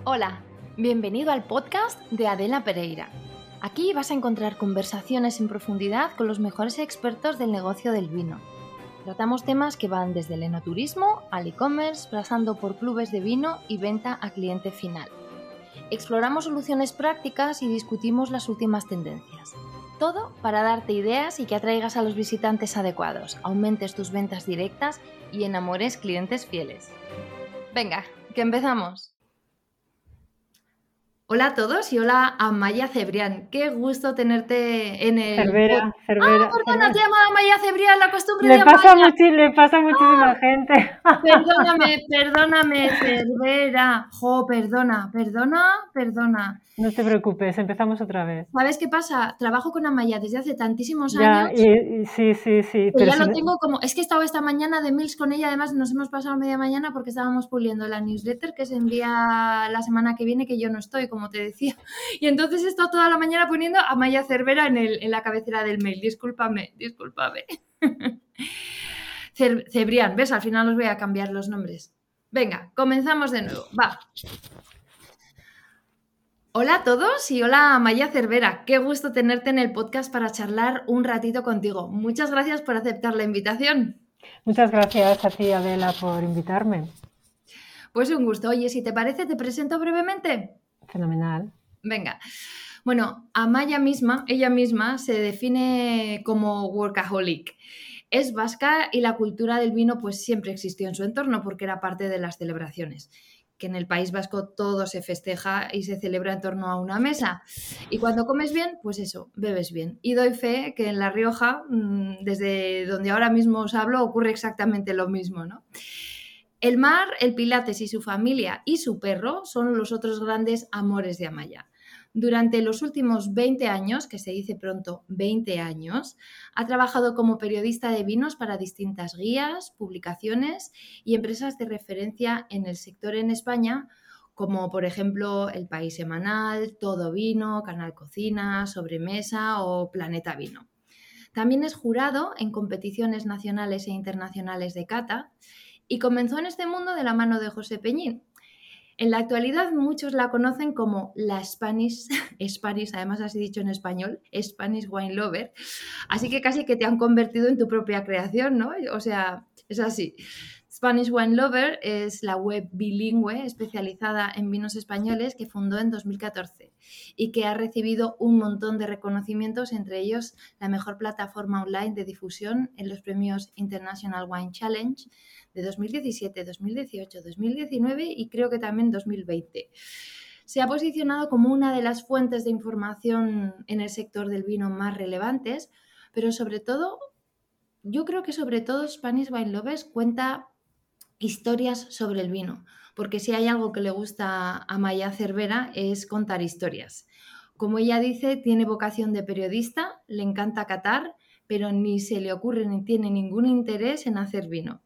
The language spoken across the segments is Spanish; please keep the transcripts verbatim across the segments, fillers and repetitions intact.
Hola, bienvenido al podcast de Adela Pereira. Aquí vas a encontrar conversaciones en profundidad con los mejores expertos del negocio del vino. Tratamos temas que van desde el enoturismo al e-commerce, pasando por clubes de vino y venta a cliente final. Exploramos soluciones prácticas y discutimos las últimas tendencias. Todo para darte ideas y que atraigas a los visitantes adecuados, aumentes tus ventas directas y enamores clientes fieles. Venga, que empezamos. Hola a todos y hola a Maya Cebrián. Qué gusto tenerte en el... Cervera, Ah, Cervera, perdona, Cervera. te llamaba Maya Cebrián, la costumbre Le de pasa, Amaya. muchi- le pasa a muchísima gente. Perdóname, perdóname, Cervera. Jo, perdona, perdona, perdona. No te preocupes, empezamos otra vez. ¿Sabes qué pasa? Trabajo con Amaya desde hace tantísimos Ya, años y, y sí, sí, sí, que pero ya si lo no- tengo como... Es que he estado esta mañana de mails con ella, además nos hemos pasado media mañana porque estábamos puliendo la newsletter que se envía la semana que viene, que yo no estoy, como te decía. Y entonces he estado toda la mañana poniendo a Maya Cervera en, el, en la cabecera del mail. Discúlpame, discúlpame. Cebrián, ¿ves? Al final os voy a cambiar los nombres. Venga, comenzamos de nuevo. Va. Hola a todos y hola a Maya Cervera. Qué gusto tenerte en el podcast para charlar un ratito contigo. Muchas gracias por aceptar la invitación. Muchas gracias a ti, Adela, por invitarme. Pues un gusto. Oye, si te parece, te presento brevemente. Fenomenal. Venga. Bueno, Amaya misma, ella misma, se define como workaholic. Es vasca y la cultura del vino pues siempre existió en su entorno porque era parte de las celebraciones, que en el País Vasco todo se festeja y se celebra en torno a una mesa. Y cuando comes bien, pues eso, bebes bien. Y doy fe que en La Rioja, desde donde ahora mismo os hablo, ocurre exactamente lo mismo, ¿no? El mar, el Pilates y su familia y su perro son los otros grandes amores de Amaya. Durante los últimos veinte años, que se dice pronto veinte años, ha trabajado como periodista de vinos para distintas guías, publicaciones y empresas de referencia en el sector en España, como por ejemplo El País Semanal, Todo Vino, Canal Cocina, Sobremesa o Planeta Vino. También es jurado en competiciones nacionales e internacionales de cata y comenzó en este mundo de la mano de José Peñín. En la actualidad muchos la conocen como la Spanish, Spanish, además así dicho en español, Spanish Wine Lover, así que casi que te han convertido en tu propia creación, ¿no? O sea, es así. Spanish Wine Lover es la web bilingüe especializada en vinos españoles que fundó en dos mil catorce y que ha recibido un montón de reconocimientos, entre ellos la mejor plataforma online de difusión en los premios International Wine Challenge de dos mil diecisiete, dos mil dieciocho, dos mil diecinueve y creo que también dos mil veinte. Se ha posicionado como una de las fuentes de información en el sector del vino más relevantes, pero sobre todo, yo creo que sobre todo Spanish Wine Lovers cuenta historias sobre el vino, porque si hay algo que le gusta a Maya Cervera es contar historias. Como ella dice, tiene vocación de periodista, le encanta catar, pero ni se le ocurre ni tiene ningún interés en hacer vino.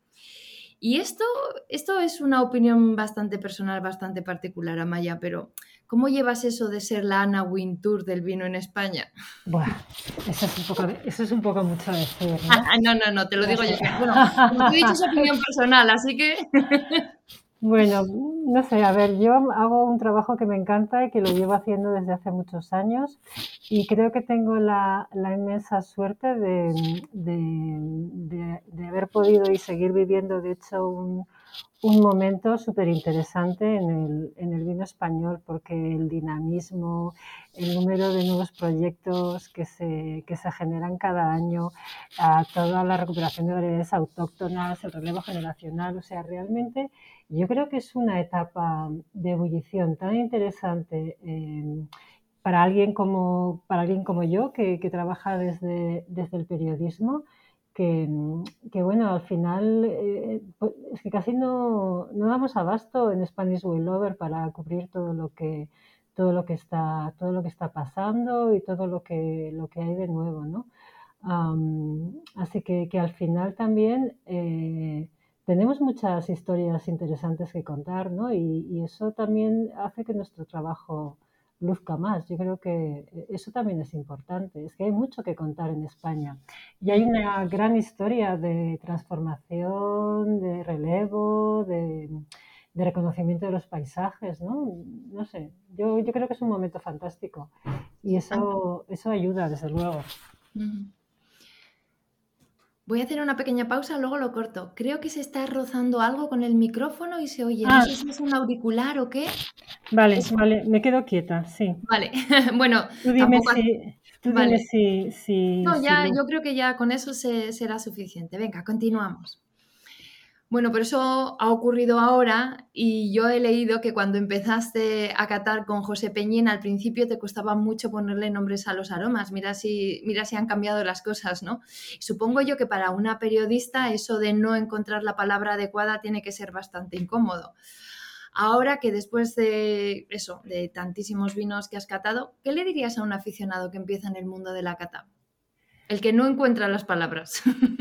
Y esto, esto es una opinión bastante personal, bastante particular, Amaya, pero ¿cómo llevas eso de ser la Anna Wintour del vino en España? Buah, eso es un poco, eso es un poco mucho decir, ¿no? no, no, no, te lo No digo yo. sé. Bueno, como te he dicho, es opinión personal, así que... Bueno, no sé, a ver, yo hago un trabajo que me encanta y que lo llevo haciendo desde hace muchos años y creo que tengo la, la inmensa suerte de, de, de, de haber podido y seguir viviendo, de hecho, un, un momento súper interesante en el, en el vino español, porque el dinamismo, el número de nuevos proyectos que se, que se generan cada año, a toda la recuperación de variedades autóctonas, el relevo generacional, o sea, realmente yo creo que es una etapa de ebullición tan interesante eh, para alguien como, para alguien como yo, que, que trabaja desde, desde el periodismo, que, que, bueno, al final eh, pues, es que casi no, no damos abasto en Spanish Wine Lover para cubrir todo lo que todo lo que está todo lo que está pasando y todo lo que lo que hay de nuevo, ¿no? Um, así que, que al final también eh, tenemos muchas historias interesantes que contar, ¿no? Y, y eso también hace que nuestro trabajo luzca más. Yo creo que eso también es importante. Es que hay mucho que contar en España. Y hay una gran historia de transformación, de relevo, de, de reconocimiento de los paisajes, ¿no? No sé, yo, yo creo que es un momento fantástico y Ah, eso, eso ayuda, desde luego. ujú. Voy a hacer una pequeña pausa, luego lo corto. Creo que se está rozando algo con el micrófono y se oye. No Ah, sé si es un auricular o qué. vale, Eso. vale, me quedo quieta, sí. Vale. Bueno, Tú dime tampoco. si, tú dime Vale. si, si, No, si ya, lo... yo creo que ya con eso se- será suficiente. Venga, continuamos. Bueno, pero eso ha ocurrido ahora y yo he leído que cuando empezaste a catar con José Peñín al principio te costaba mucho ponerle nombres a los aromas. Mira si, mira si han cambiado las cosas, ¿no? Supongo yo que para una periodista eso de no encontrar la palabra adecuada tiene que ser bastante incómodo. Ahora que después de eso, de tantísimos vinos que has catado, ¿qué le dirías a un aficionado que empieza en el mundo de la cata? El que no encuentra las palabras.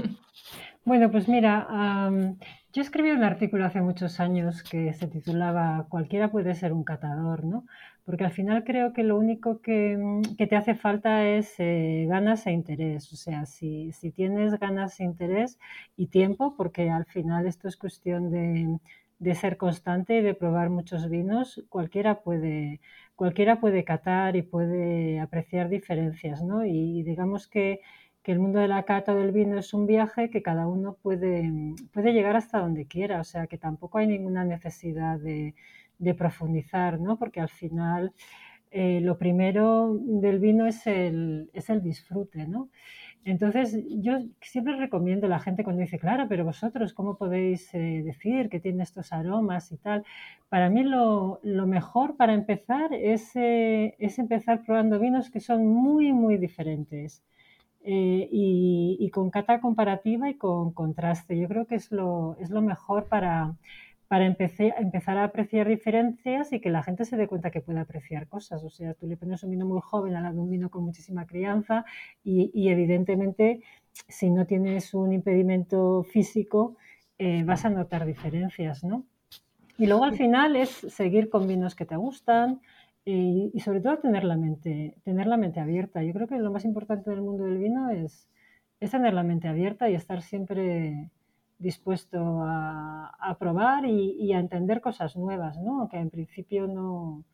Bueno, pues mira, am, yo escribí un artículo hace muchos años que se titulaba Cualquiera puede ser un catador, ¿no? Porque al final creo que lo único que, mm, que te hace falta es eh, ganas e interés. O sea, si, si tienes ganas e interés y tiempo, porque al final esto es cuestión de, de ser constante y de probar muchos vinos, cualquiera puede, cualquiera puede catar y puede apreciar diferencias, ¿no? Y digamos que que el mundo de la cata o del vino es un viaje que cada uno puede, puede llegar hasta donde quiera, o sea que tampoco hay ninguna necesidad de, de profundizar, ¿no? Porque al final eh, lo primero del vino es el, es el disfrute, ¿no? Entonces, yo siempre recomiendo a la gente cuando dice, claro, pero vosotros, ¿cómo podéis eh, decir que tiene estos aromas y tal? Para mí lo, lo mejor para empezar es, eh, es empezar probando vinos que son muy, muy diferentes eh, y, y, con cata comparativa y con contraste. Yo creo que es lo, es lo mejor para, para empecé, empezar a apreciar diferencias y que la gente se dé cuenta que puede apreciar cosas. O sea, tú le pones un vino muy joven al lado de un vino con muchísima crianza y, y evidentemente si no tienes un impedimento físico eh, vas a notar diferencias, ¿no? Y luego al final es seguir con vinos que te gustan y, y sobre todo tener la mente, tener la mente abierta. Yo creo que lo más importante del mundo del vino es, es tener la mente abierta y estar siempre dispuesto a, a probar y, y, a entender cosas nuevas, ¿no? Que en principio no,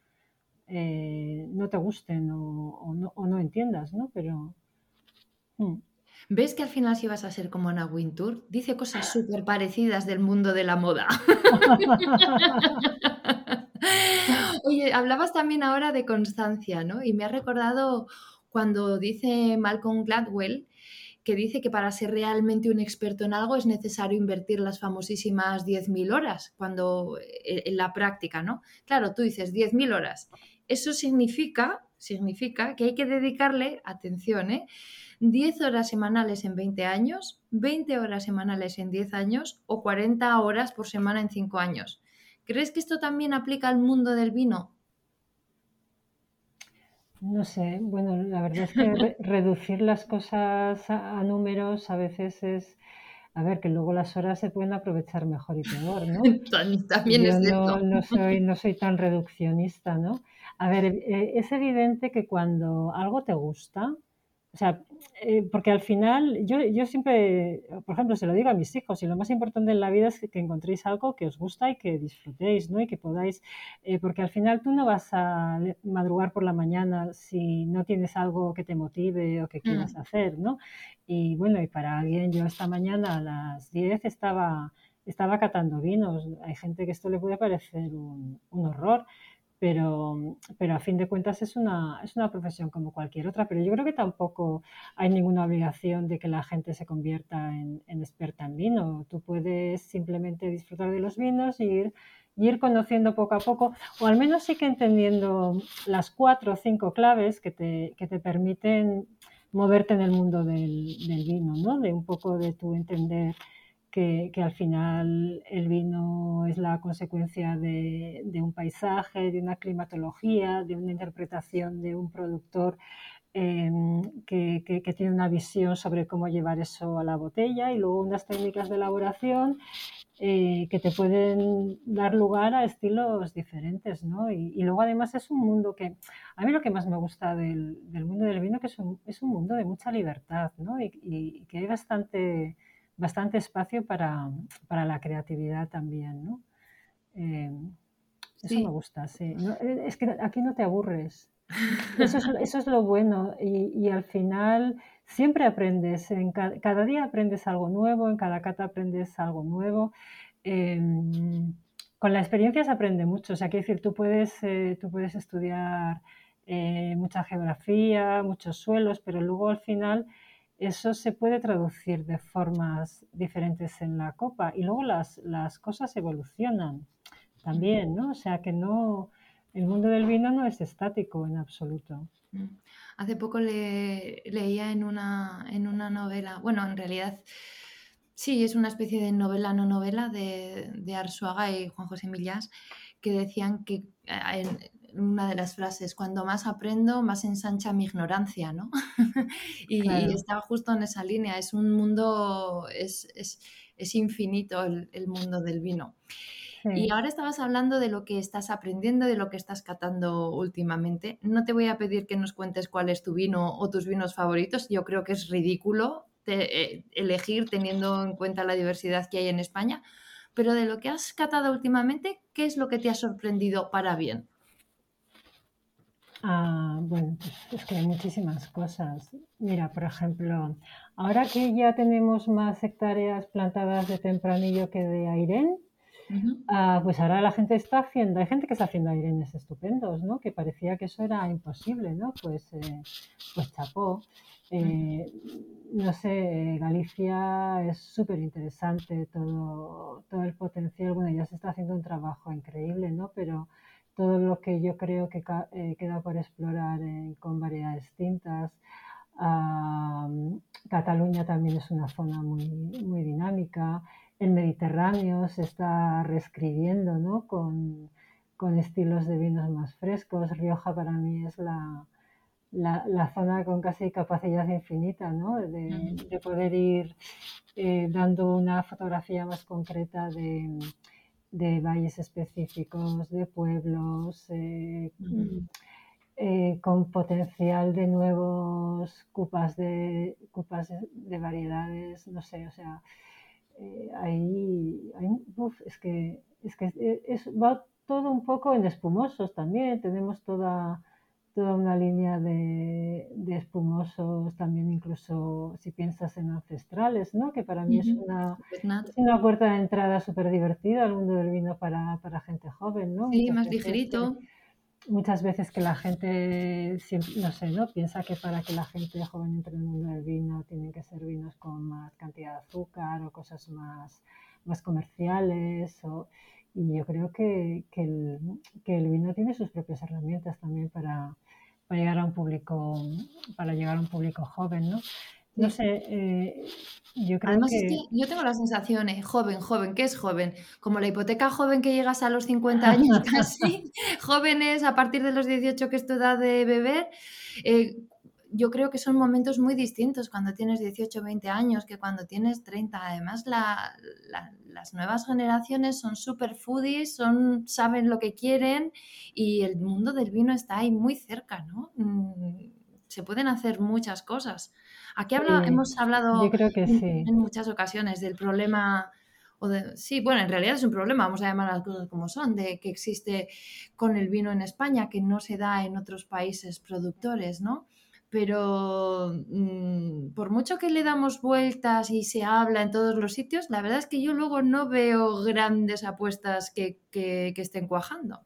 eh, no te gusten o, o, no, o, no, entiendas, ¿no? Pero... Hmm. ¿Ves que al final sí vas a ser como Anna Wintour? Dice cosas súper parecidas del mundo de la moda. Oye, hablabas también ahora de constancia, ¿no? Y me ha recordado cuando dice Malcolm Gladwell que dice que para ser realmente un experto en algo es necesario invertir las famosísimas diez mil horas cuando, en la práctica, ¿no? Claro, tú dices diez mil horas. Eso significa, significa que hay que dedicarle, atención, ¿eh? diez horas semanales en veinte años, veinte horas semanales en diez años o cuarenta horas por semana en cinco años. ¿Crees que esto también aplica al mundo del vino? No sé, bueno, la verdad es que re reducir las cosas a, a números a veces es, a ver, que luego las horas se pueden aprovechar mejor y peor, ¿no? También Yo es no, cierto. no soy, no soy tan reduccionista, ¿no? A ver, eh, es evidente que cuando algo te gusta, o sea, eh, porque al final, yo, yo siempre, por ejemplo, se lo digo a mis hijos, y lo más importante en la vida es que, que encontréis algo que os gusta y que disfrutéis, ¿no? Y que podáis, eh, porque al final tú no vas a le- madrugar por la mañana si no tienes algo que te motive o que quieras Mm. hacer, ¿no? Y bueno, y para alguien, yo esta mañana a las diez estaba estaba catando vinos. Hay gente que esto le puede parecer un, un horror, pero, pero a fin de cuentas es una, es una profesión como cualquier otra. Pero yo creo que tampoco hay ninguna obligación de que la gente se convierta en, en experta en vino. Tú puedes simplemente disfrutar de los vinos y ir, y ir conociendo poco a poco, o al menos sí que entendiendo las cuatro o cinco claves que te, que te permiten moverte en el mundo del, del vino, ¿no? De un poco de tu entender que, que, al final el vino es la consecuencia de, de, un paisaje, de una climatología, de una interpretación de un productor eh, que, que, que, tiene una visión sobre cómo llevar eso a la botella y luego unas técnicas de elaboración eh, que te pueden dar lugar a estilos diferentes, ¿no? Y, y, luego además es un mundo que, a mí lo que más me gusta del, del mundo del vino que es un, es un mundo de mucha libertad, ¿no? Y, y que hay bastante bastante espacio para, para la creatividad también, ¿no? Eh, eso me Sí. gusta, sí. No, eh, es que aquí no te aburres. Eso es, eso es lo bueno y, y al final siempre aprendes, en ca- cada día aprendes algo nuevo, en cada cata aprendes algo nuevo. Em, con la experiencia se aprende mucho, o sea, quiero decir, tú puedes, eh, tú puedes estudiar eh, mucha geografía, muchos suelos, pero luego al final eso se puede traducir de formas diferentes en la copa y luego las, las cosas evolucionan Mm, también, ¿no? O sea, que no, el mundo del vino no es estático en absoluto. mm. Hace poco le, leía en una, en una novela, bueno, en realidad sí, es una especie de novela no novela de, de Arzuaga y Juan José Millás, que decían que eh, en una de las frases, cuando más aprendo, más ensancha mi ignorancia, ¿no? y, y Claro, está justo en esa línea, es un mundo, es, es, es infinito el, el mundo del vino. Y sí. ahora estabas hablando de lo que estás aprendiendo, de lo que estás catando últimamente. No te voy a pedir que nos cuentes cuál es tu vino o tus vinos favoritos. Yo creo que es ridículo te- eh, elegir teniendo en cuenta la diversidad que hay en España. Pero de lo que has catado últimamente, ¿qué es lo que te ha sorprendido para bien? Ah, bueno, pues es que hay muchísimas cosas. Mira, por ejemplo, ahora que ya tenemos más hectáreas plantadas de tempranillo que de airén, Ujú, ah, pues ahora la gente está haciendo, hay gente que está haciendo airenes estupendos, ¿no? Que parecía que eso era imposible, ¿no? Pues, eh, pues chapó. ujú, Eh, no sé, Galicia es súper interesante, todo, todo el potencial, bueno, ya se está haciendo un trabajo increíble, ¿no? Pero todo lo que yo creo que ca- eh, queda por explorar eh, con variedades distintas. Ah, Cataluña también es una zona muy, muy dinámica. El Mediterráneo se está reescribiendo, ¿no? Con, con estilos de vinos más frescos. Rioja para mí es la, la, la zona con casi capacidad infinita, ¿no? De, ujú, de poder ir eh, dando una fotografía más concreta de, de valles específicos, de pueblos, eh, ujú, eh, con potencial de nuevos cupas de, cupas de variedades, no sé, o sea, eh, ahí, ahí uf, es que, es que es, va todo un poco en espumosos también, tenemos toda, toda una línea de, de espumosos también, incluso si piensas en ancestrales, ¿no? Que para mí es ujú. una, Bernat. es una puerta de entrada súper divertida al mundo del vino para, para gente joven, ¿no? Sí, Muchas más veces eh, ligerito. muchas veces que la gente, siempre, no sé, ¿no? Piensa que para que la gente joven entre en el mundo del vino tienen que ser vinos con más cantidad de azúcar o cosas más, más comerciales. O, y yo creo que, que, el, que el vino tiene sus propias herramientas también para, para llegar a un público, para llegar a un público joven, ¿no? No Sí. sé, eh, yo creo Además, es que que yo tengo la sensación, eh, joven, joven, ¿qué es joven? Como la hipoteca joven que llegas a los cincuenta años casi, jóvenes a partir de los dieciocho que es tu edad de beber, eh, yo creo que son momentos muy distintos cuando tienes dieciocho, veinte años que cuando tienes treinta. Además, la- la- las nuevas generaciones son super foodies, son, saben lo que quieren y el mundo del vino está ahí muy cerca, ¿no? Mm, Se pueden hacer muchas cosas. Aquí habla, sí, hemos yo hablado creo que en sí. en muchas ocasiones del problema, o de, sí, bueno, en realidad es un problema, vamos a llamar las cosas como son, de que existe con el vino en España, que no se da en otros países productores, ¿no? Pero mm, por mucho que le damos vueltas y se habla en todos los sitios, la verdad es que yo luego no veo grandes apuestas que, que- que estén cuajando.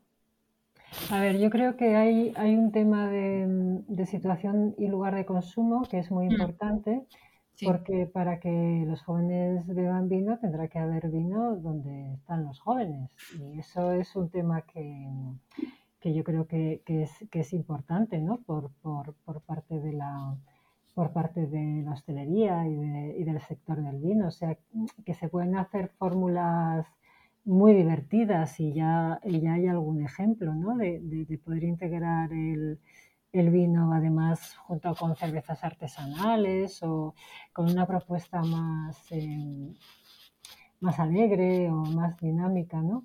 A ver, yo creo que hay, hay un tema de, de situación y lugar de consumo que es muy Mm, importante, sí. porque para que los jóvenes beban vino tendrá que haber vino donde están los jóvenes. Y eso es un tema que, que yo creo que, que es, que es importante, ¿no? Por, por, por parte de la, por parte de la hostelería y, de- y del sector del vino. O sea, que se pueden hacer fórmulas muy divertidas y ya, y ya hay algún ejemplo, ¿no? De, de- de poder integrar el, el vino además junto con cervezas artesanales o con una propuesta más, eh, más alegre o más dinámica, ¿no?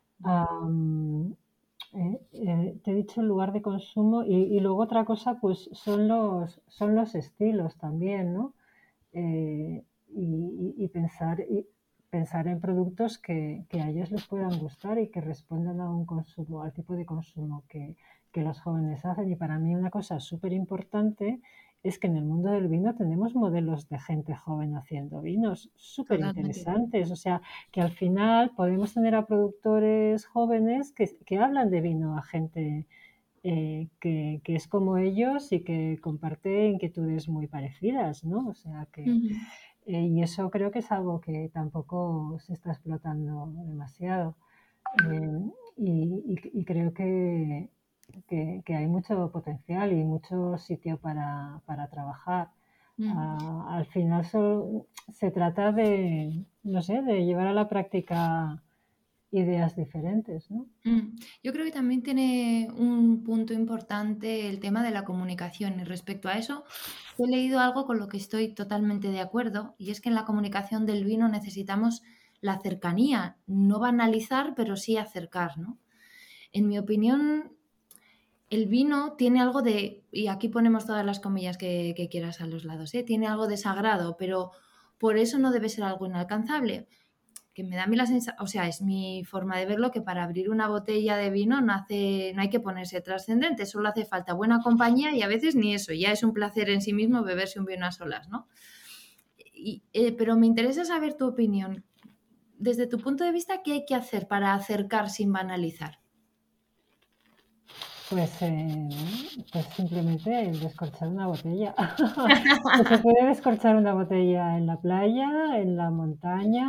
Am, eh, eh, te he dicho el lugar de consumo y, y luego otra cosa pues son los, son los estilos también, ¿no? Eh, y, y- y pensar, y pensar en productos que, que a ellos les puedan gustar y que respondan a un consumo, al tipo de consumo que, que los jóvenes hacen. Y para mí una cosa súper importante es que en el mundo del vino tenemos modelos de gente joven haciendo vinos súper Totalmente. interesantes. O sea, que al final podemos tener a productores jóvenes que, que hablan de vino a gente eh, que, que es como ellos y que comparte inquietudes muy parecidas, ¿no? O sea que, Ujú. eh, y eso creo que es algo que tampoco se está explotando demasiado. Eh, y, y- y creo que, que- que hay mucho potencial y mucho sitio para, para trabajar. Mm. Ah, al final solo- se trata de, no sé, de llevar a la práctica ideas diferentes, ¿no? Mm. Yo creo que también tiene un punto importante el tema de la comunicación y respecto a eso he leído algo con lo que estoy totalmente de acuerdo y es que en la comunicación del vino necesitamos la cercanía, no banalizar, pero sí acercar, ¿no? En mi opinión, el vino tiene algo de, y aquí ponemos todas las comillas que, que quieras a los lados, ¿eh? Tiene algo de sagrado, pero por eso no debe ser algo inalcanzable. Que me da a mí la sensación, o sea, es mi forma de verlo, que para abrir una botella de vino no, hace, no hay que ponerse trascendente, solo hace falta buena compañía y a veces ni eso, ya es un placer en sí mismo beberse un vino a solas, ¿no? Y, eh, pero me interesa saber tu opinión. Desde tu punto de vista, ¿qué hay que hacer para acercar sin banalizar? Pues, eh, pues simplemente el descorchar una botella. Pues se puede descorchar una botella en la playa, en la montaña,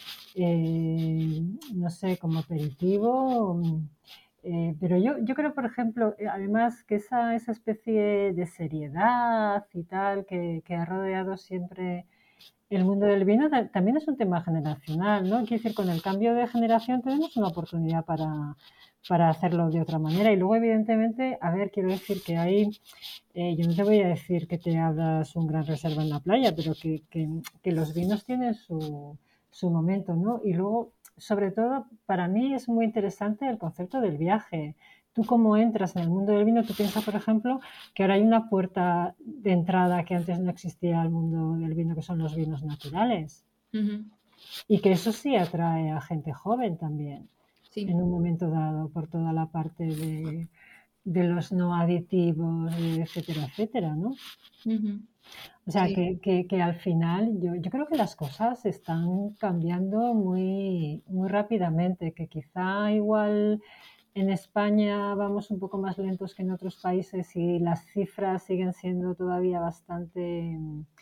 eh, no sé, como aperitivo. mm, eh, pero yo, yo creo, por ejemplo, eh, además que esa, esa especie de seriedad y tal que, que ha rodeado siempre el mundo del vino ta- también es un tema generacional, ¿no? Quiero decir, con el cambio de generación tenemos una oportunidad para, para hacerlo de otra manera. Y luego, evidentemente, a ver, quiero decir que hay, eh, yo no te voy a decir que te abras un gran reserva en la playa, pero que, que- que los vinos tienen su, su momento, ¿no? Y luego, sobre todo, para mí es muy interesante el concepto del viaje. Tú cómo entras en el mundo del vino, tú piensas, por ejemplo, que ahora hay una puerta de entrada que antes no existía al mundo del vino, que son los vinos naturales. Ujú. Y que eso sí atrae a gente joven también, Sí. en un momento dado, por toda la parte de, de los no aditivos, etcétera, etcétera, ¿no? Ujú. O sea, Sí. que, que- que al final yo, yo creo que las cosas están cambiando muy, muy rápidamente, que quizá igual en España vamos un poco más lentos que en otros países y las cifras siguen siendo todavía bastante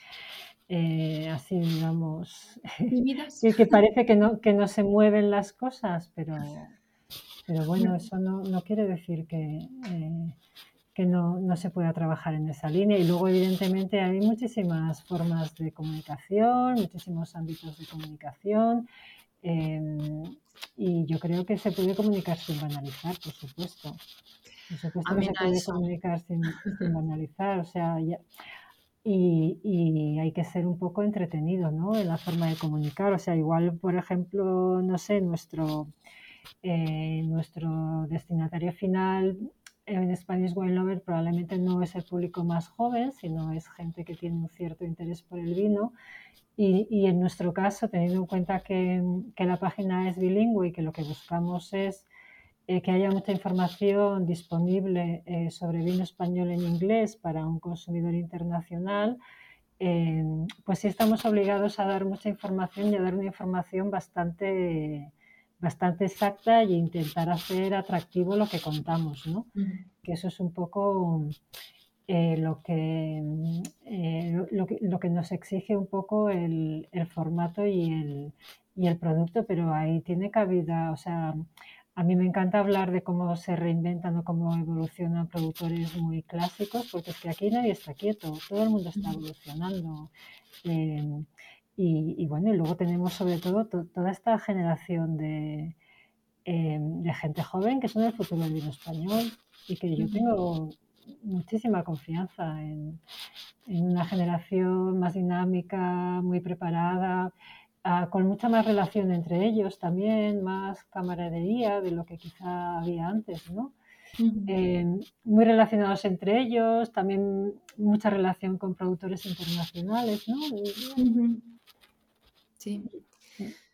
eh, así, digamos, ¿Tímidas? que, que parece que no, que no se mueven las cosas, pero, pero bueno, eso no, no quiere decir que, eh, que no, no se pueda trabajar en esa línea. Y luego, evidentemente, hay muchísimas formas de comunicación, muchísimos ámbitos de comunicación. eh, y yo creo que se puede comunicar sin banalizar, por supuesto. Por supuesto que Amén se a puede eso. comunicar sin, sin banalizar. O sea, ya- y, y hay que ser un poco entretenido, ¿no? En la forma de comunicar. O sea, igual, por ejemplo, no sé, nuestro, eh, nuestro destinatario final en Spanish Wine Lover probablemente no es el público más joven, sino es gente que tiene un cierto interés por el vino. Y, y en nuestro caso, teniendo en cuenta que, que la página es bilingüe y que lo que buscamos es eh, que haya mucha información disponible eh, sobre vino español en inglés para un consumidor internacional, eh, pues sí estamos obligados a dar mucha información y a dar una información bastante, bastante exacta e intentar hacer atractivo lo que contamos, ¿no? Ujú. Que eso es un poco eh, lo, que, eh, lo, que, lo que nos exige un poco el, el formato y el, y el producto, pero ahí tiene cabida, o sea, a mí me encanta hablar de cómo se reinventan o cómo evolucionan productores muy clásicos, porque es que aquí nadie está quieto, todo el mundo está evolucionando. Eh, y, y, bueno, y luego tenemos sobre todo to, toda esta generación de, eh, de gente joven que son el futuro del vino español y que yo Ujú. tengo muchísima confianza en, en una generación más dinámica, muy preparada, ah, con mucha más relación entre ellos también, más camaradería de lo que quizá había antes, ¿no? Ujú. Eh, muy relacionados entre ellos, también mucha relación con productores internacionales, ¿no? Y, Ujú. Sí.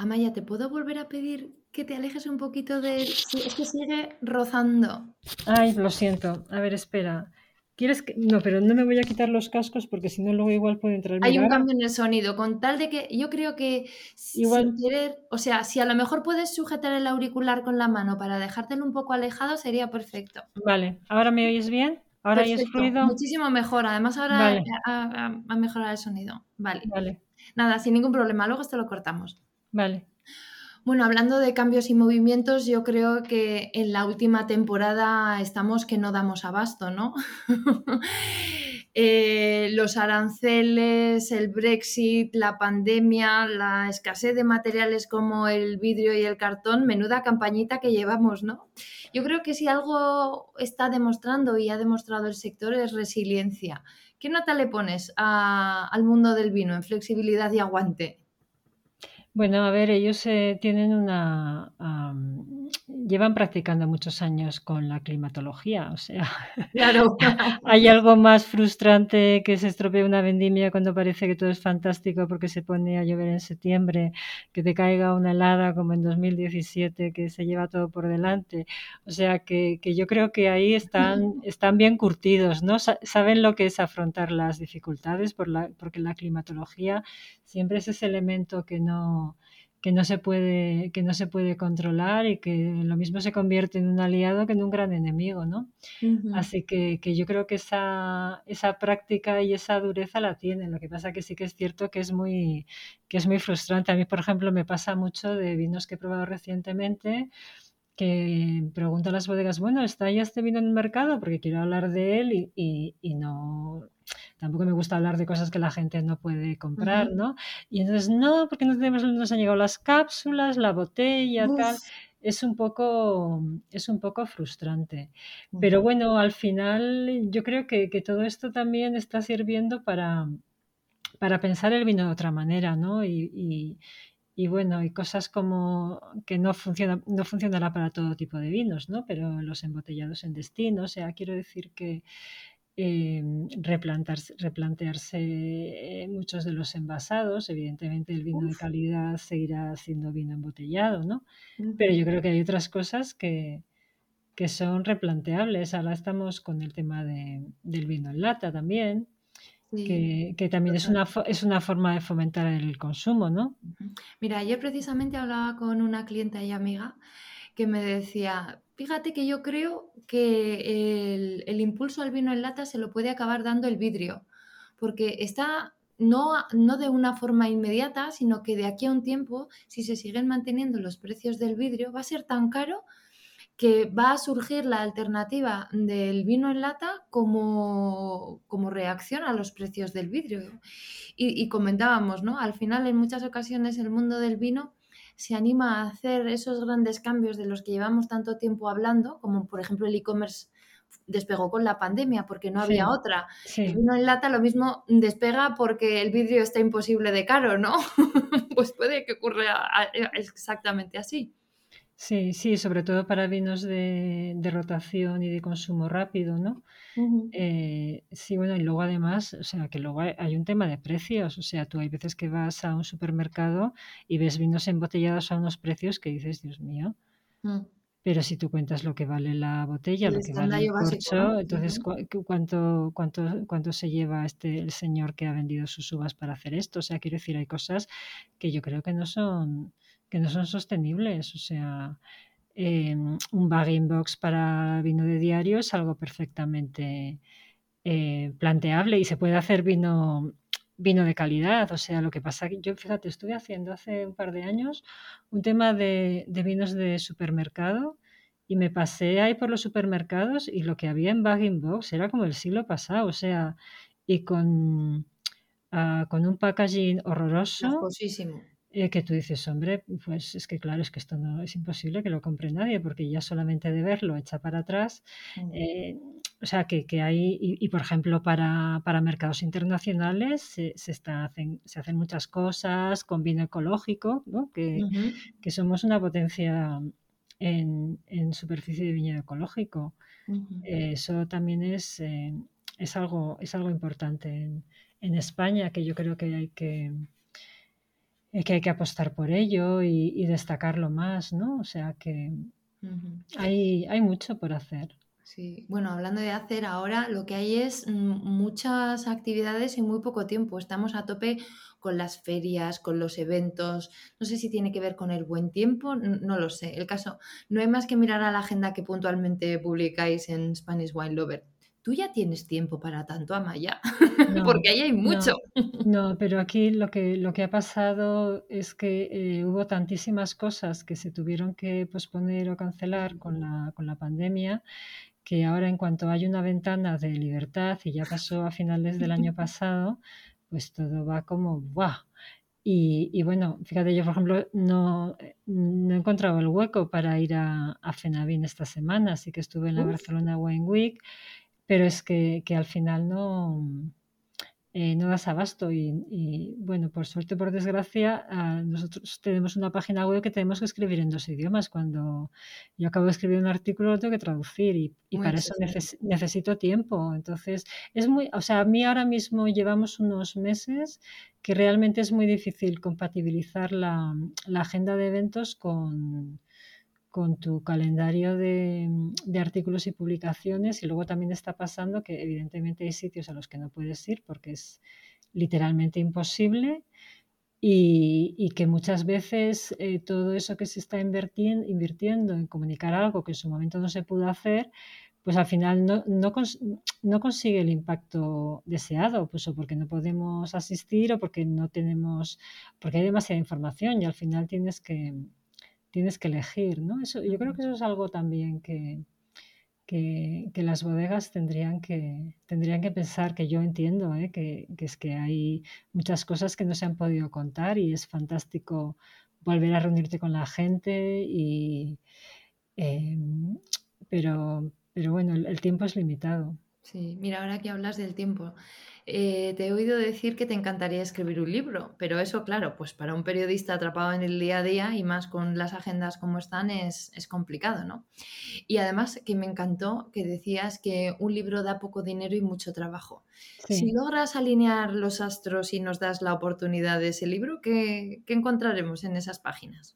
Amaya, ¿te puedo volver a pedir que te alejes un poquito de... Sí, es que sigue rozando. Ay, lo siento. A ver, espera. ¿Quieres que...? No, pero no me voy a quitar los cascos porque si no luego igual puede entrar. Hay Mira, un ahora cambio en el sonido, con tal de que yo creo que s- sin igual... querer, o sea, si a lo mejor puedes sujetar el auricular con la mano para dejártelo un poco alejado, sería perfecto. Vale, ¿ahora me oyes bien? ¿Ahora oyes Perfecto, fluido? muchísimo mejor. Además, ahora Vale, ha, ha- ha mejorado el sonido. Vale, vale, nada, sin ningún problema. Luego esto lo cortamos. vale. Bueno, hablando de cambios y movimientos, yo creo que en la última temporada estamos que no damos abasto, ¿no? Eh, los aranceles, el Brexit, la pandemia, la escasez de materiales como el vidrio y el cartón, menuda campañita que llevamos, ¿no? Yo creo que si algo está demostrando y ha demostrado el sector es resiliencia. ¿Qué nota le pones a- al mundo del vino en flexibilidad y aguante? Bueno, a ver, ellos eh, tienen una... am, llevan practicando muchos años con la climatología, o sea, Claro. ¿hay algo más frustrante que se estropee una vendimia cuando parece que todo es fantástico porque se pone a llover en septiembre, que te caiga una helada como en dos mil diecisiete, que se lleva todo por delante? O sea, que, que yo creo que ahí están, están bien curtidos, ¿no? Sa- Saben lo que es afrontar las dificultades por la, porque la climatología siempre es ese elemento que no, que no se puede, que no se puede controlar y que lo mismo se convierte en un aliado que en un gran enemigo, ¿no? Ujú. Así que, que yo creo que esa, esa práctica y esa dureza la tienen. Lo que pasa que sí que es cierto que es muy, que es muy frustrante. A mí, por ejemplo, me pasa mucho de vinos que he probado recientemente que pregunto a las bodegas, bueno, ¿está ya este vino en el mercado? Porque quiero hablar de él y, y- y no, tampoco me gusta hablar de cosas que la gente no puede comprar, Ujú. ¿no? Y entonces, no, porque no tenemos, nos han llegado las cápsulas, la botella, tal. Uf. Es un poco, es un poco frustrante. Pero Ujú. bueno, al final yo creo que, que todo esto también está sirviendo para, para pensar el vino de otra manera, ¿no? Y, y- y bueno, hay cosas como que no funciona, no funcionará para todo tipo de vinos, ¿no? Pero los embotellados en destino, o sea, quiero decir que eh, replantarse- replantearse eh, muchos de los envasados, evidentemente el vino de Uf. calidad seguirá siendo vino embotellado, ¿no? Pero Ujú. yo creo que hay otras cosas que, que son replanteables. Ahora estamos con el tema de- del vino en lata también, Sí, que, que también es total. una, fo- es una forma de fomentar el consumo, ¿no? Ujú. Mira, ayer precisamente hablaba con una clienta y amiga que me decía, fíjate que yo creo que el, el impulso al vino en lata se lo puede acabar dando el vidrio, porque está no, a- no de una forma inmediata, sino que de aquí a un tiempo, si se siguen manteniendo los precios del vidrio, va a ser tan caro que va a surgir la alternativa del vino en lata como, como reacción a los precios del vidrio. Y, y comentábamos, ¿no? Al final, en muchas ocasiones, el mundo del vino se anima a hacer esos grandes cambios de los que llevamos tanto tiempo hablando, como por ejemplo el e-commerce despegó con la pandemia porque no había Sí, otra. El sí. vino en lata lo mismo despega porque el vidrio está imposible de caro, ¿no? Pues puede que ocurra a- a- exactamente así. Sí, sí, sobre todo para vinos de, de rotación y de consumo rápido, ¿no? Ujú. Eh, sí, bueno, y luego además, o sea, que luego hay, hay un tema de precios, o sea, tú hay veces que vas a un supermercado y ves vinos embotellados a unos precios que dices, Dios mío, Mm. pero si tú cuentas lo que vale la botella, El lo que vale el escándalo básico, ¿no? corcho, entonces, Ujú. ¿cu- cu- ¿cuánto, cuánto, cuánto se lleva este, el señor que ha vendido sus uvas para hacer esto? O sea, quiero decir, hay cosas que yo creo que no son, que no son sostenibles, o sea eh, un bag box para vino de diario es algo perfectamente eh, planteable y se puede hacer vino, vino de calidad. O sea, lo que pasa que yo, fíjate, estuve haciendo hace un par de años un tema de, de vinos de supermercado y me pasé ahí por los supermercados y lo que había en bag box era como el siglo pasado, o sea, y con, ah, con un packaging horroroso Cascosísimo. eh, que tú dices, hombre, pues es que claro, es que esto no es imposible que lo compre nadie, porque ya solamente de verlo echa para atrás. Mm. eh, o sea, que, que hay, y, y, por ejemplo, para, para mercados internacionales se, se, está, hacen, se hacen muchas cosas con vino ecológico, ¿no? que, Ujú. que somos una potencia en, en superficie de viñedo ecológico. Ujú. Eh, eso también es, eh, es, algo, es algo importante en, en España, que yo creo que hay que eh, que hay que apostar por ello y, y destacarlo más, ¿no? O sea que Ujú. hay, hay mucho por hacer. Sí, bueno, hablando de hacer ahora, lo que hay es mm, muchas actividades en muy poco tiempo. Estamos a tope con las ferias, con los eventos. No sé si tiene que ver con el buen tiempo, n- no lo sé. El caso, no hay más que mirar a la agenda que puntualmente publicáis en Spanish Wine Lover. ¿Tú ya tienes tiempo para tanto, Amaya? No, Porque ahí hay mucho. no, no, pero aquí lo que, lo que ha pasado es que eh, hubo tantísimas cosas que se tuvieron que posponer o cancelar con la, con la pandemia, que ahora en cuanto hay una ventana de libertad, y ya pasó a finales del año pasado, pues todo va como ¡buah! Y, y bueno, fíjate, yo por ejemplo no, no he encontrado el hueco para ir a, a Fenavín esta semana, así que estuve en la Uf. Barcelona Wine Week, pero es que, que al final no, eh, no das abasto y, y, bueno, por suerte, por desgracia, ah, nosotros tenemos una página web que tenemos que escribir en dos idiomas. Cuando yo acabo de escribir un artículo lo tengo que traducir y, y Muy para eso exigente. neces- necesito tiempo. Entonces, es muy, o sea, a mí ahora mismo llevamos unos meses que realmente es muy difícil compatibilizar la, la agenda de eventos con, con tu calendario de, de artículos y publicaciones, y luego también está pasando que evidentemente hay sitios a los que no puedes ir porque es literalmente imposible y, y que muchas veces eh, todo eso que se está invirtiendo, invirtiendo en comunicar algo que en su momento no se pudo hacer, pues al final no, no, cons no consigue el impacto deseado, pues o porque no podemos asistir o porque no tenemos, porque hay demasiada información y al final tienes que, tienes que elegir, ¿no? Eso, yo creo que eso es algo también que, que, que las bodegas tendrían que, tendrían que pensar, que yo entiendo, ¿eh? que, que es que hay muchas cosas que no se han podido contar y es fantástico volver a reunirte con la gente, y, eh, pero, pero bueno, el, el tiempo es limitado. Sí, mira, ahora que hablas del tiempo, eh, te he oído decir que te encantaría escribir un libro, pero eso, claro, pues para un periodista atrapado en el día a día y más con las agendas como están, es, es complicado, ¿no? Y además que me encantó que decías que un libro da poco dinero y mucho trabajo. Si Sí. logras alinear los astros y nos das la oportunidad de ese libro, ¿qué, qué encontraremos en esas páginas?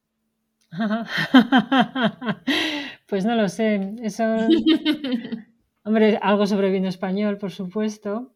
Pues no lo sé. Eso, hombre, algo sobre vino español, por supuesto.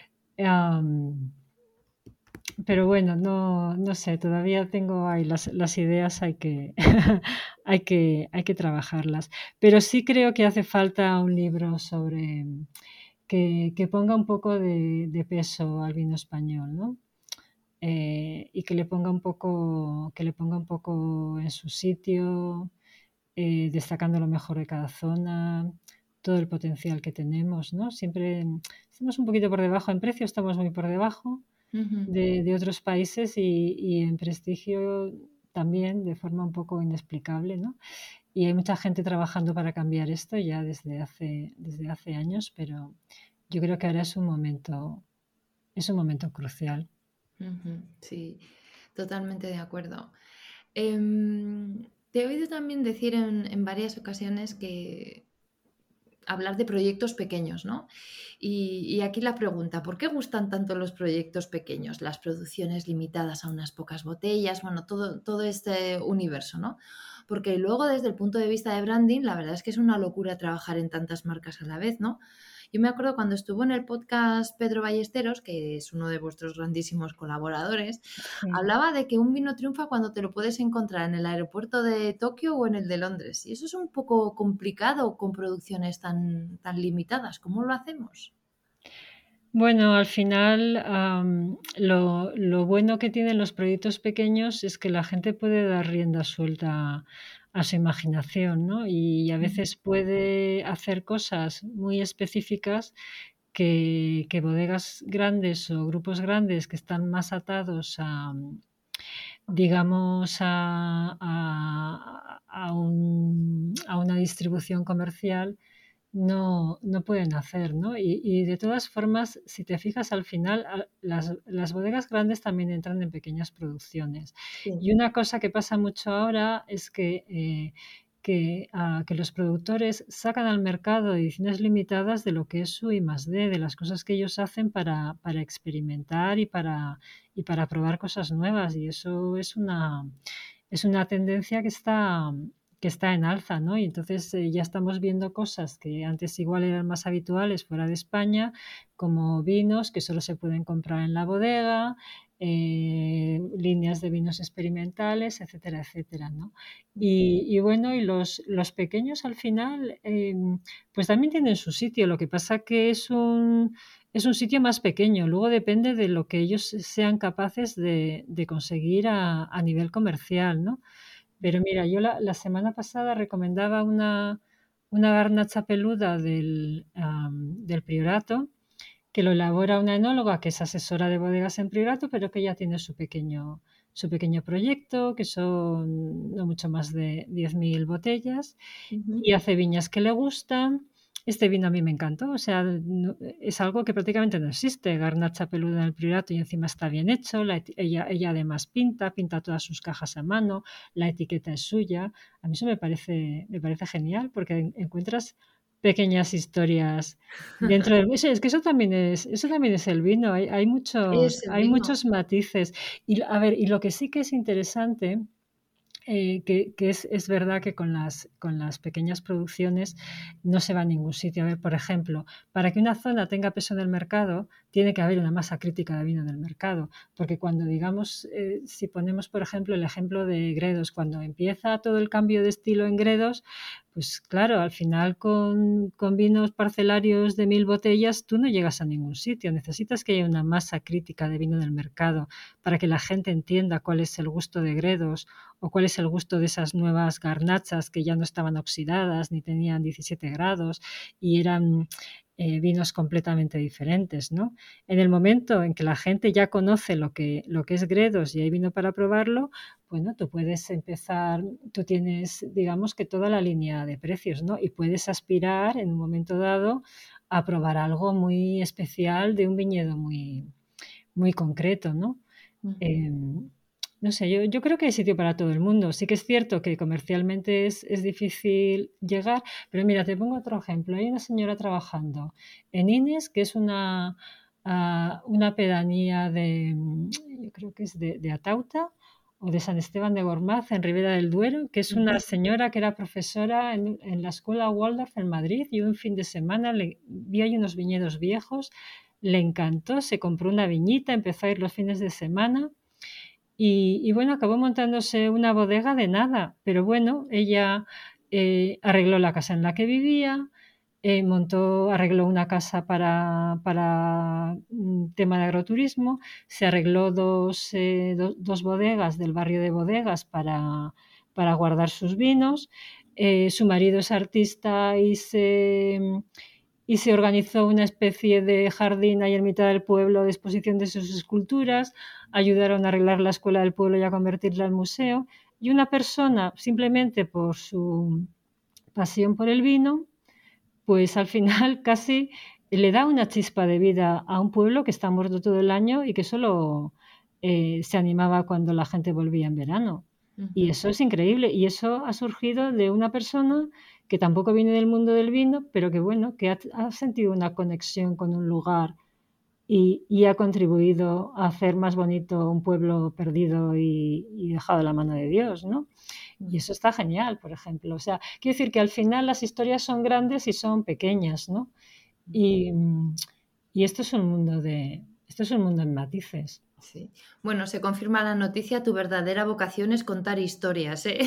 Am, pero bueno, no, no sé, todavía tengo ahí las, las ideas, hay que, hay que, hay que trabajarlas. Pero sí creo que hace falta un libro sobre que, que ponga un poco de, de peso al vino español, ¿no? Eh, y que le ponga un poco, que le ponga un poco en su sitio, eh, destacando lo mejor de cada zona, todo el potencial que tenemos, ¿no? Siempre estamos un poquito por debajo en precio, estamos muy por debajo Ujú. de, de otros países y, y en prestigio también de forma un poco inexplicable, ¿no? Y hay mucha gente trabajando para cambiar esto ya desde hace, desde hace años, pero yo creo que ahora es un momento, es un momento crucial. Ujú, sí, totalmente de acuerdo. Em, te he oído también decir en, en varias ocasiones que hablar de proyectos pequeños, ¿no? Y, y aquí la pregunta, ¿por qué gustan tanto los proyectos pequeños, las producciones limitadas a unas pocas botellas, bueno, todo, todo este universo, ¿no? Porque luego desde el punto de vista de branding, la verdad es que es una locura trabajar en tantas marcas a la vez, ¿no? Yo me acuerdo cuando estuvo en el podcast Pedro Ballesteros, que es uno de vuestros grandísimos colaboradores, Sí. hablaba de que un vino triunfa cuando te lo puedes encontrar en el aeropuerto de Tokio o en el de Londres. Y eso es un poco complicado con producciones tan, tan limitadas. ¿Cómo lo hacemos? Bueno, al final, am, lo, lo bueno que tienen los proyectos pequeños es que la gente puede dar rienda suelta a su imaginación, ¿no? Y a Ujú. veces puede hacer cosas muy específicas que, que bodegas grandes o grupos grandes que están más atados a, digamos, a, a- a un- a una distribución comercial no, no pueden hacer, ¿no? Y, y de todas formas, si te fijas al final, a- las, las bodegas grandes también entran en pequeñas producciones. Sí. Y una cosa que pasa mucho ahora es que eh, que, a, que los productores sacan al mercado ediciones limitadas de lo que es su I más D, de las cosas que ellos hacen para, para experimentar y para, y para probar cosas nuevas. Y eso es una, es una tendencia que está, que está en alza, ¿no? Y entonces eh, ya estamos viendo cosas que antes igual eran más habituales fuera de España, como vinos que solo se pueden comprar en la bodega, eh, líneas de vinos experimentales, etcétera, etcétera, ¿no? Y, y bueno, y los, los pequeños al final, eh, pues también tienen su sitio. Lo que pasa que es un, es un sitio más pequeño. Luego depende de lo que ellos sean capaces de, de conseguir a, a nivel comercial, ¿no? Pero mira, yo la, la semana pasada recomendaba una, una garnacha peluda del, am, del Priorato, que lo elabora una enóloga que es asesora de bodegas en Priorato, pero que ya tiene su pequeño, su pequeño proyecto, que son no mucho más de diez mil botellas, Ujú. y hace viñas que le gustan. Este vino a mí me encantó, o sea, no- es algo que prácticamente no existe, garnacha peluda en el Priorato y encima está bien hecho, la eti- ella, ella además pinta, pinta todas sus cajas a mano, la etiqueta es suya. A mí eso me parece, me parece genial porque en- encuentras pequeñas historias dentro del eso, es que eso también es, eso también es el vino, hay, hay muchos, Es el hay vino. muchos matices. Y a ver, y lo que sí que es interesante eh, que, que es, es, verdad que con las, con las pequeñas producciones no se va a ningún sitio. A ver, por ejemplo, para que una zona tenga peso en el mercado, tiene que haber una masa crítica de vino en el mercado. Porque cuando digamos, eh, si ponemos, por ejemplo, el ejemplo de Gredos, cuando empieza todo el cambio de estilo en Gredos, pues claro, al final con, con vinos parcelarios de mil botellas tú no llegas a ningún sitio. Necesitas que haya una masa crítica de vino en el mercado para que la gente entienda cuál es el gusto de Gredos o cuál es el gusto de esas nuevas garnachas que ya no estaban oxidadas ni tenían diecisiete grados y eran eh, vinos completamente diferentes, ¿no? En el momento en que la gente ya conoce lo que, lo que es Gredos y hay vino para probarlo, bueno, tú puedes empezar, tú tienes, digamos que toda la línea de precios, ¿no? Y puedes aspirar en un momento dado a probar algo muy especial de un viñedo muy, muy concreto, ¿no? Ujú. Eh, no sé, yo, yo creo que hay sitio para todo el mundo. Sí que es cierto que comercialmente es, es difícil llegar, pero mira, te pongo otro ejemplo. Hay una señora trabajando en Ines, que es una, ah, una pedanía de, mm, yo creo que es de, de Atauta o de San Esteban de Gormaz, en Ribera del Duero, que es una Ujú. señora que era profesora en, en la escuela Waldorf en Madrid y un fin de semana le, vio ahí unos viñedos viejos, le encantó, se compró una viñita, empezó a ir los fines de semana y, y bueno, acabó montándose una bodega de nada, pero bueno, ella eh, arregló la casa en la que vivía, eh, montó, arregló una casa para, para un tema de agroturismo, se arregló dos, eh, do- dos bodegas del barrio de bodegas para, para guardar sus vinos. Eh, su marido es artista y se, y se organizó una especie de jardín ahí en mitad del pueblo de exposición de sus esculturas, ayudaron a arreglar la escuela del pueblo y a convertirla en museo, y una persona, simplemente por su pasión por el vino, pues al final casi le da una chispa de vida a un pueblo que está muerto todo el año y que solo eh, se animaba cuando la gente volvía en verano. Y Ujú. eso es increíble. Y eso ha surgido de una persona que tampoco viene del mundo del vino, pero que bueno, que ha, ha sentido una conexión con un lugar y, y, ha contribuido a hacer más bonito un pueblo perdido y, y dejado a la mano de Dios, ¿no? Y eso está genial, por ejemplo. O sea, quiero decir que al final las historias son grandes y son pequeñas, ¿no? Y, y esto es un mundo de, esto es un mundo en matices. Sí. Bueno, se confirma la noticia, tu verdadera vocación es contar historias, ¿eh?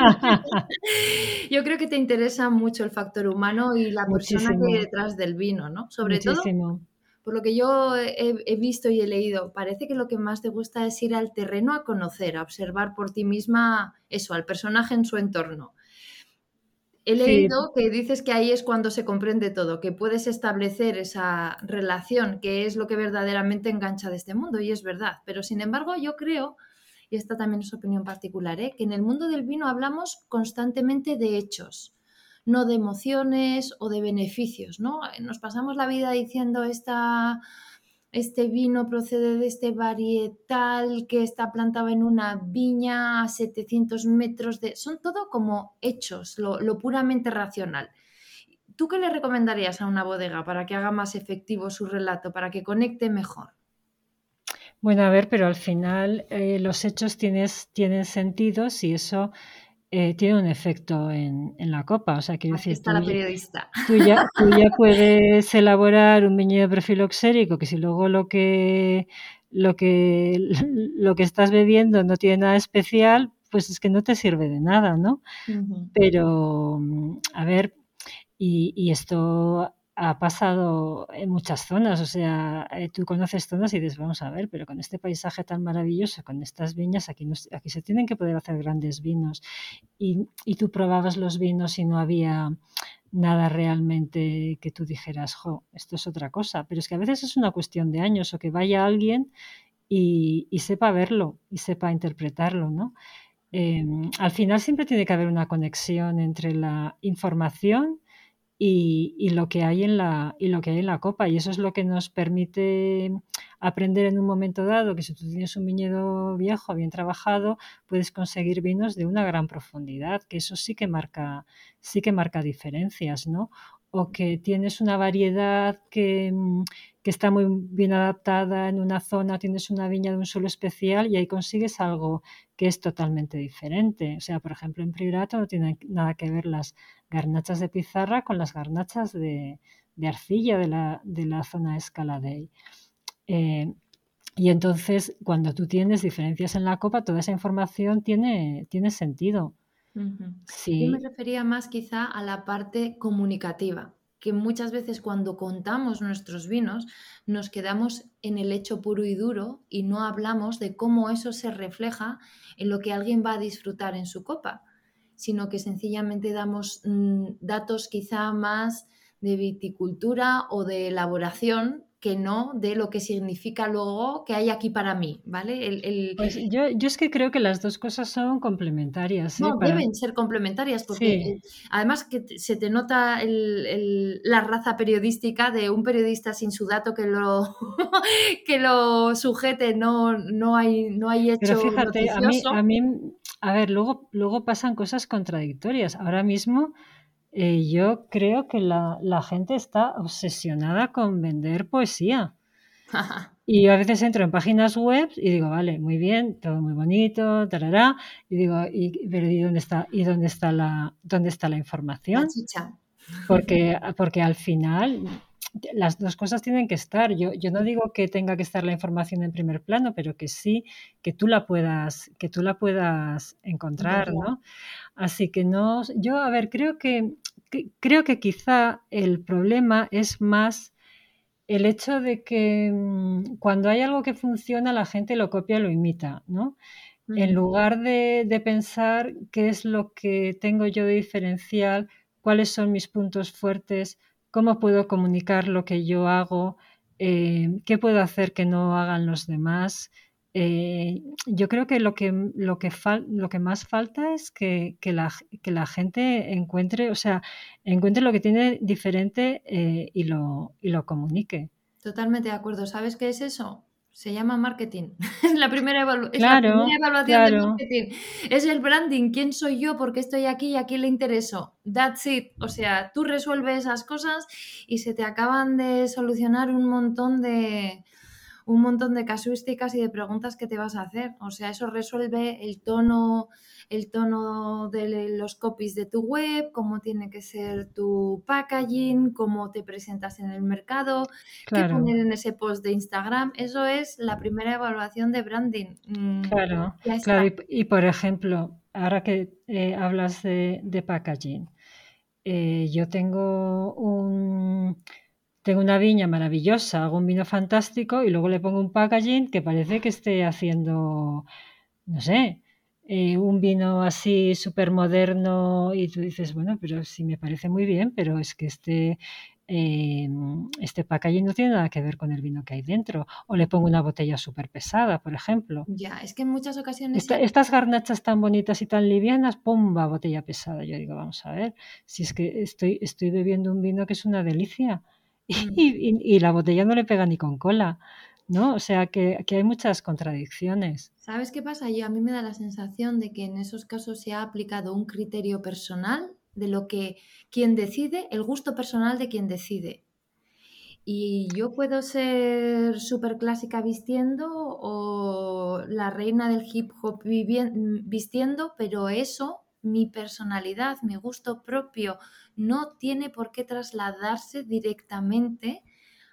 Yo creo que te interesa mucho el factor humano y la persona que hay Muchísimo, detrás del vino, ¿no? Sobre todo, muchísimo. por lo que yo he, he visto y he leído, parece que lo que más te gusta es ir al terreno a conocer, a observar por ti misma eso, al personaje en su entorno. He Sí, leído que dices que ahí es cuando se comprende todo, que puedes establecer esa relación, que es lo que verdaderamente engancha de este mundo, y es verdad. Pero sin embargo, yo creo, y esta también es opinión particular, ¿eh? que en el mundo del vino hablamos constantemente de hechos, no de emociones o de beneficios, ¿no? Nos pasamos la vida diciendo esta este vino procede de este varietal que está plantado en una viña a setecientos metros de... Son todo como hechos, lo, lo puramente racional. ¿Tú qué le recomendarías a una bodega para que haga más efectivo su relato, para que conecte mejor? Bueno, a ver, pero al final eh, los hechos tienes, tienen sentido si eso eh, tiene un efecto en, en la copa. O sea, quiero Aquí decir, está tú, la ya- periodista. tú, ya, tú ya puedes elaborar un viñedo profiloxérico que si luego lo que, lo que, lo que estás bebiendo no tiene nada especial, pues es que no te sirve de nada, ¿no? Ujú. Pero, mm, a ver, y, y esto ha pasado en muchas zonas, o sea, eh, tú conoces zonas y dices, vamos a ver, pero con este paisaje tan maravilloso, con estas viñas, aquí, no, aquí se tienen que poder hacer grandes vinos. Y, y tú probabas los vinos y no había nada realmente que tú dijeras, jo, esto es otra cosa. Pero es que a veces es una cuestión de años o que vaya alguien y, y sepa verlo y sepa interpretarlo, ¿no? Eh, al final siempre tiene que haber una conexión entre la información y, y lo que hay en la, y lo que hay en la copa. Y eso es lo que nos permite aprender en un momento dado que si tú tienes un viñedo viejo, bien trabajado, puedes conseguir vinos de una gran profundidad, que eso sí que marca, sí que marca diferencias, ¿no? O que tienes una variedad que, mm, que está muy bien adaptada en una zona, tienes una viña de un suelo especial y ahí consigues algo que es totalmente diferente. O sea, por ejemplo, en Priorato no tiene nada que ver las garnachas de pizarra con las garnachas de, de arcilla de la, de la zona de Escaladei. Eh, y entonces, cuando tú tienes diferencias en la copa, toda esa información tiene, tiene sentido. Ujú. Yo me Sí, refería más quizá a la parte comunicativa, que muchas veces cuando contamos nuestros vinos nos quedamos en el hecho puro y duro y no hablamos de cómo eso se refleja en lo que alguien va a disfrutar en su copa, sino que sencillamente damos mm, datos quizá más de viticultura o de elaboración que no de lo que significa luego que hay aquí para mí, ¿vale? El, el- pues yo, yo es que creo que las dos cosas son complementarias, ¿eh? No, Para, deben ser complementarias porque sí, eh, además que te- se te nota el- el- la raza periodística de un periodista sin su dato que lo, que lo sujete, no, no hay, no hay pero hecho fíjate, a mí, a noticioso. mí, a ver, luego, luego pasan cosas contradictorias. Ahora mismo eh, yo creo que la, la gente está obsesionada con vender poesía. Y yo a veces entro en páginas web y digo, vale, muy bien, todo muy bonito, tarará, y digo, y, pero ¿y dónde está, y dónde está la, dónde está la La información? chicha. Porque, porque al final las dos cosas tienen que estar. Yo, yo no digo que tenga que estar la información en primer plano, pero que sí, que tú la puedas, que tú la puedas encontrar, Encontrar. ¿no? Así que no, yo, a ver, creo que, que- creo que quizá el problema es más el hecho de que mm, cuando hay algo que funciona, la gente lo copia, lo imita, ¿no? En Ujú. lugar de, de pensar qué es lo que tengo yo de diferencial, cuáles son mis puntos fuertes, cómo puedo comunicar lo que yo hago, eh, qué puedo hacer que no hagan los demás. Eh, yo creo que lo que, lo que, fal- lo que más falta es que, que la, que la gente encuentre, o sea, encuentre lo que tiene diferente eh, y lo, y lo comunique. Totalmente de acuerdo. ¿Sabes qué es eso? Se llama marketing. Es la primera evalu- es la primera Claro, evaluación de claro. marketing. Es el branding. ¿Quién soy yo? ¿Por qué estoy aquí? ¿Y a quién le intereso? That's it. O sea, tú resuelves esas cosas y se te acaban de solucionar un montón de, un montón de casuísticas y de preguntas que te vas a hacer. O sea, eso resuelve el tono, el tono de los copies de tu web, cómo tiene que ser tu packaging, cómo te presentas en el mercado, qué Claro, poner en ese post de Instagram. Eso es la primera evaluación de branding. Mm, claro, ya claro. está. Y, y, por ejemplo, ahora que eh, hablas de, de packaging, eh, yo tengo un, tengo una viña maravillosa, hago un vino fantástico y luego le pongo un packaging que parece que esté haciendo, no sé, eh, un vino así súper moderno y tú dices, bueno, pero sí me parece muy bien, pero es que este, eh, este packaging no tiene nada que ver con el vino que hay dentro. O le pongo una botella súper pesada, por ejemplo. Ya, es que en muchas ocasiones Esta- sí. estas garnachas tan bonitas y tan livianas, ¡pumba! Botella pesada. Yo digo, vamos a ver, si es que estoy, estoy bebiendo un vino que es una delicia. Mm. y, y- y la botella no le pega ni con cola, ¿no? O sea que, que hay muchas contradicciones. ¿Sabes qué pasa? Yo, a mí me da la sensación de que en esos casos se ha aplicado un criterio personal de lo que quien decide, el gusto personal de quien decide. Y yo puedo ser súper clásica vistiendo o la reina del hip hop vivien- vistiendo, pero eso, mi personalidad, mi gusto propio, no tiene por qué trasladarse directamente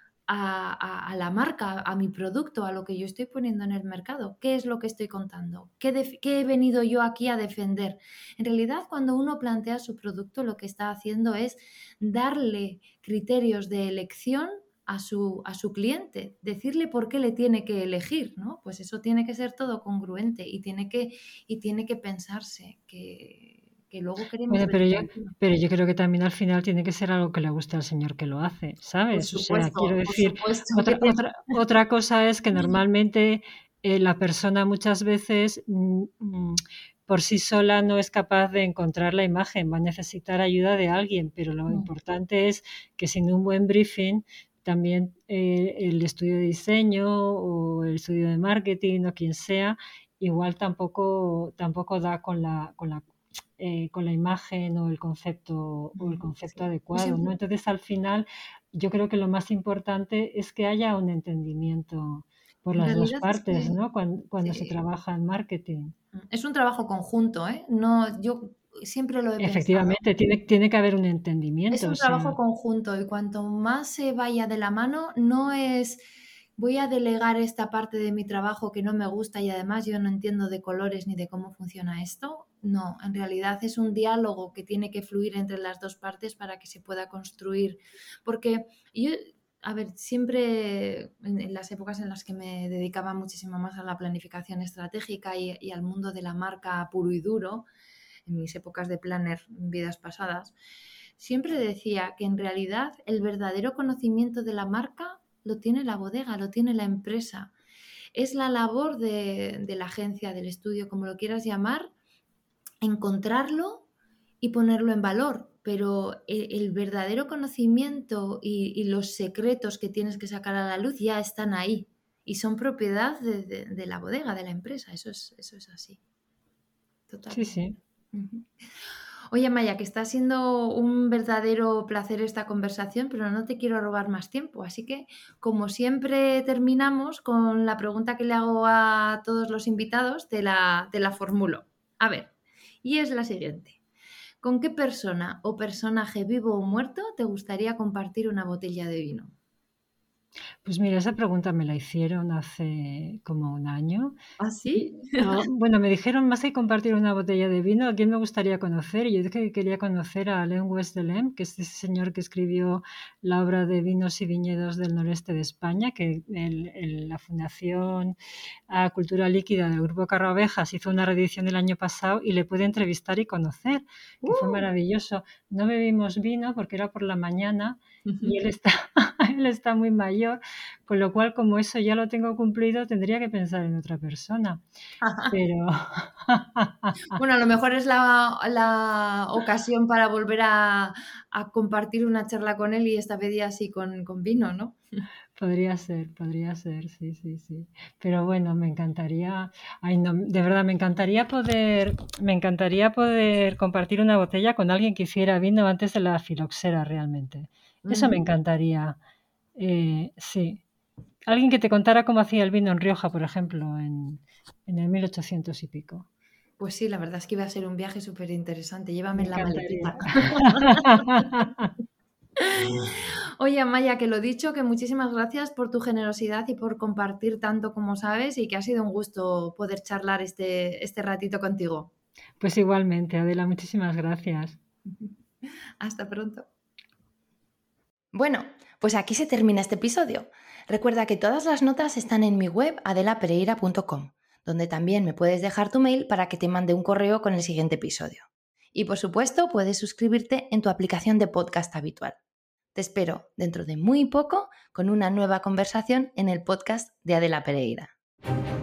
a, a- a la marca, a mi producto, a lo que yo estoy poniendo en el mercado. ¿Qué es lo que estoy contando? ¿Qué, def- qué he venido yo aquí a defender? En realidad, cuando uno plantea su producto, lo que está haciendo es darle criterios de elección a su, a su cliente, decirle por qué le tiene que elegir, ¿no? Pues eso tiene que ser todo congruente y tiene que, y tiene que pensarse que, que luego queremos Bueno, pero vender yo, encima. pero yo creo que también al final tiene que ser algo que le guste al señor que lo hace, Por ¿sabes? O sea, quiero supuesto, por decir, supuesto que otra, tiene. otra, otra cosa es que normalmente eh, la persona muchas veces mm, mm, por sí sola no es capaz de encontrar la imagen, va a necesitar ayuda de alguien, pero lo importante es que sin un buen briefing también eh, el estudio de diseño o el estudio de marketing o quien sea, igual tampoco, tampoco da con la, con la eh, con la imagen o el concepto o el concepto Sí. Yo adecuado, ¿no? siempre, Entonces, al final, yo creo que lo más importante es que haya un entendimiento por en las dos realidad es partes, que ¿no? Cuando, cuando se sí, trabaja en marketing. es un trabajo conjunto, ¿eh? No, yo siempre lo he pensado. Efectivamente, tiene, tiene que haber un Es entendimiento, o un sea, trabajo conjunto y cuanto más se vaya de la mano, no es voy a delegar esta parte de mi trabajo que no me gusta y además yo no entiendo de colores ni de cómo funciona esto. No, en realidad es un diálogo que tiene que fluir entre las dos partes para que se pueda construir. Porque yo, a ver, siempre en, en las épocas en las que me dedicaba muchísimo más a la planificación estratégica y, y al mundo de la marca puro y duro, en mis épocas de planner en vidas pasadas, siempre decía que en realidad el verdadero conocimiento de la marca lo tiene la bodega, lo tiene la empresa. Es la labor de, de la agencia, del estudio, como lo quieras llamar, encontrarlo y ponerlo en valor. Pero el, el verdadero conocimiento y, y, los secretos que tienes que sacar a la luz ya están ahí y son propiedad de, de, de la bodega, de la empresa. Eso es, eso es así. sí, Totalmente. sí. Uh-huh. Oye, Maya, que está siendo un verdadero placer esta conversación, pero no te quiero robar más tiempo. Así que, como siempre, terminamos con la pregunta que le hago a todos los invitados, te la, te la formulo. A ver, y es la siguiente. ¿Con qué persona o personaje vivo o muerto te gustaría compartir una botella de vino? Pues mira, esa pregunta me la hicieron hace como un año. ¿Ah, Y, sí? ah, bueno, me dijeron, más que compartir una botella de vino, ¿a quién me gustaría conocer? Y yo dije que quería conocer a Alain Westerlem, que es ese señor que escribió la obra de Vinos y Viñedos del Noreste de España, que el- el- la Fundación a Cultura Líquida del Grupo Carraovejas hizo una reedición el año pasado y le pude entrevistar y conocer, que fue Uh. maravilloso. No bebimos vino porque era por la mañana y él está, él está muy mayor, con lo cual, como eso ya lo tengo cumplido, tendría que pensar en otra persona. Pero Bueno, a lo mejor es la, la ocasión para volver a, a compartir una charla con él y esta vez ya así con, con vino, ¿no? podría ser, podría ser, sí, sí, sí. Pero bueno, me encantaría, ay no, de verdad, me encantaría poder, me encantaría poder compartir una botella con alguien que hiciera vino antes de la filoxera realmente. Eso me Ujú. encantaría, eh, sí. Alguien que te contara cómo hacía el vino en Rioja, por ejemplo, en, en el mil ochocientos y pico. Pues sí, la verdad es que iba a ser un viaje súper interesante. Llévame Me en la encantaría. maletita. Oye, Maya, que lo dicho, que muchísimas gracias por tu generosidad y por compartir tanto como sabes y que ha sido un gusto poder charlar este, este ratito contigo. Pues igualmente, Adela, muchísimas gracias. Hasta pronto. Bueno, pues aquí se termina este episodio. Recuerda que todas las notas están en mi web adela pereira punto com, donde también me puedes dejar tu mail para que te mande un correo con el siguiente episodio. Y por supuesto, puedes suscribirte en tu aplicación de podcast habitual. Te espero dentro de muy poco con una nueva conversación en el podcast de Adela Pereira.